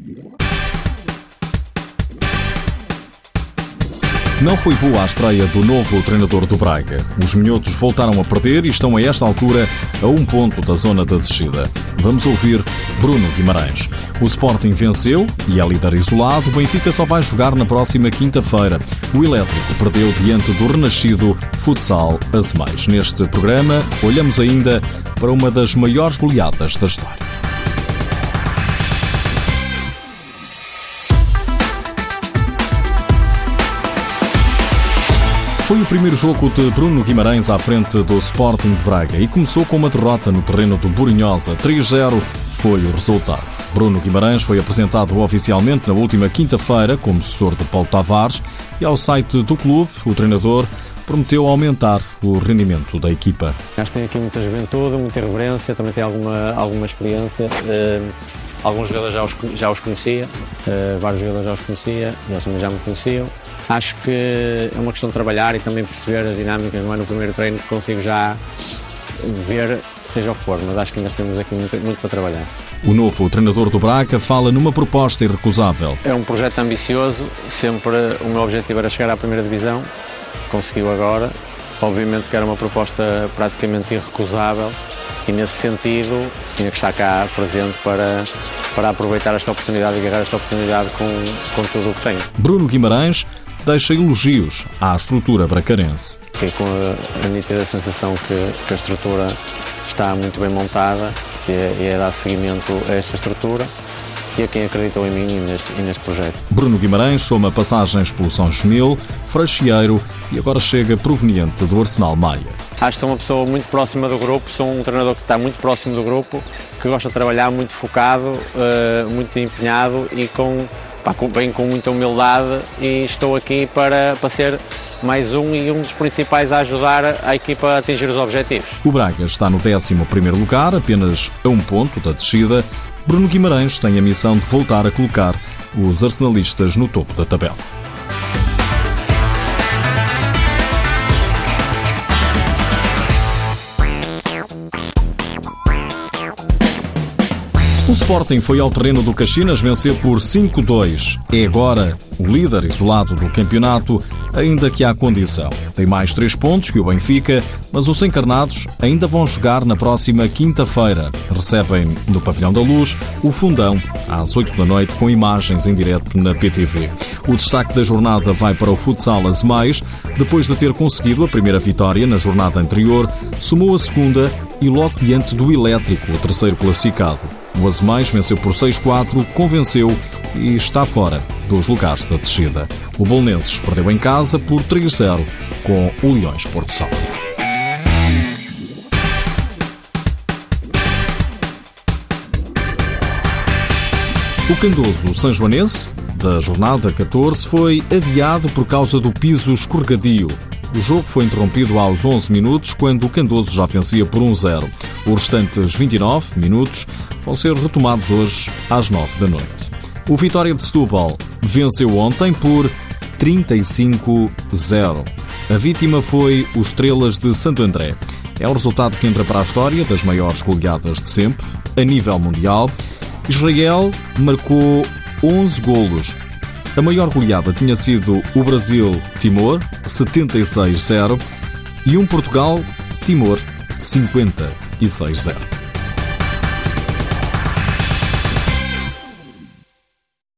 Não foi boa a estreia do novo treinador do Braga. Os minhotos voltaram a perder e estão a esta altura a 1 ponto da zona da descida. Vamos ouvir Bruno Guimarães. O Sporting venceu e é líder isolado. O Benfica só vai jogar na próxima quinta-feira. O Elétrico perdeu diante do renascido Futsal Azemais. Neste programa, olhamos ainda para uma das maiores goleadas da história. Foi o primeiro jogo de Bruno Guimarães à frente do Sporting de Braga e começou com uma derrota no terreno do Borinhosa. 3-0 foi o resultado. Bruno Guimarães foi apresentado oficialmente na última quinta-feira como sucessor de Paulo Tavares e ao site do clube, o treinador prometeu aumentar o rendimento da equipa. Acho que tem aqui muita juventude, muita irreverência, também tem alguma experiência. Alguns jogadores já os conhecia, vários jogadores já os conhecia, eles também já me conheciam. Acho que é uma questão de trabalhar e também perceber as dinâmicas, não é no primeiro treino que consigo já ver, seja o que for, mas acho que ainda temos aqui muito para trabalhar. O novo treinador do Braga fala numa proposta irrecusável. É um projeto ambicioso, sempre o meu objetivo era chegar à primeira divisão, conseguiu agora. Obviamente que era uma proposta praticamente irrecusável e nesse sentido tinha que estar cá presente para aproveitar esta oportunidade e agarrar esta oportunidade com tudo o que tenho. Bruno Guimarães deixa elogios à estrutura bracarense. Fiquei com a nítida sensação que a estrutura está muito bem montada e é dar seguimento a esta estrutura e a quem acreditou em mim e neste projeto. Bruno Guimarães soma passagens pelo São Chumil, Freixeiro e agora chega proveniente do Arsenal Maia. Acho que sou uma pessoa muito próxima do grupo, sou um treinador que está muito próximo do grupo, que gosta de trabalhar muito focado, muito empenhado e bem com muita humildade e estou aqui para ser mais um dos principais a ajudar a equipa a atingir os objetivos. O Braga está no 11º lugar, apenas a 1 ponto da descida. Bruno Guimarães tem a missão de voltar a colocar os arsenalistas no topo da tabela. O Sporting foi ao terreno do Caxinas vencer por 5-2. É agora o líder isolado do campeonato, ainda que há condição. Tem mais 3 pontos que o Benfica, mas os encarnados ainda vão jogar na próxima quinta-feira. Recebem no Pavilhão da Luz o Fundão, às 8 da noite, com imagens em direto na PTV. O destaque da jornada vai para o Futsal Azemais. Depois de ter conseguido a primeira vitória na jornada anterior, somou a segunda e logo diante do Elétrico, o terceiro classificado. O Azemais venceu por 6-4, convenceu e está fora dos lugares da descida. O Belenenses perdeu em casa por 3-0 com o Leões Porto Salvo. O candoso sanjoanense, da jornada 14, foi adiado por causa do piso escorregadio. O jogo foi interrompido aos 11 minutos, quando o Candoso já vencia por 1-0. Os restantes 29 minutos vão ser retomados hoje às 9 da noite. O Vitória de Setúbal venceu ontem por 35-0. A vítima foi o Estrelas de Santo André. É o resultado que entra para a história das maiores goleadas de sempre, a nível mundial. Israel marcou 11 golos. A maior goleada tinha sido o Brasil-Timor, 76-0, e um Portugal-Timor, 56-0.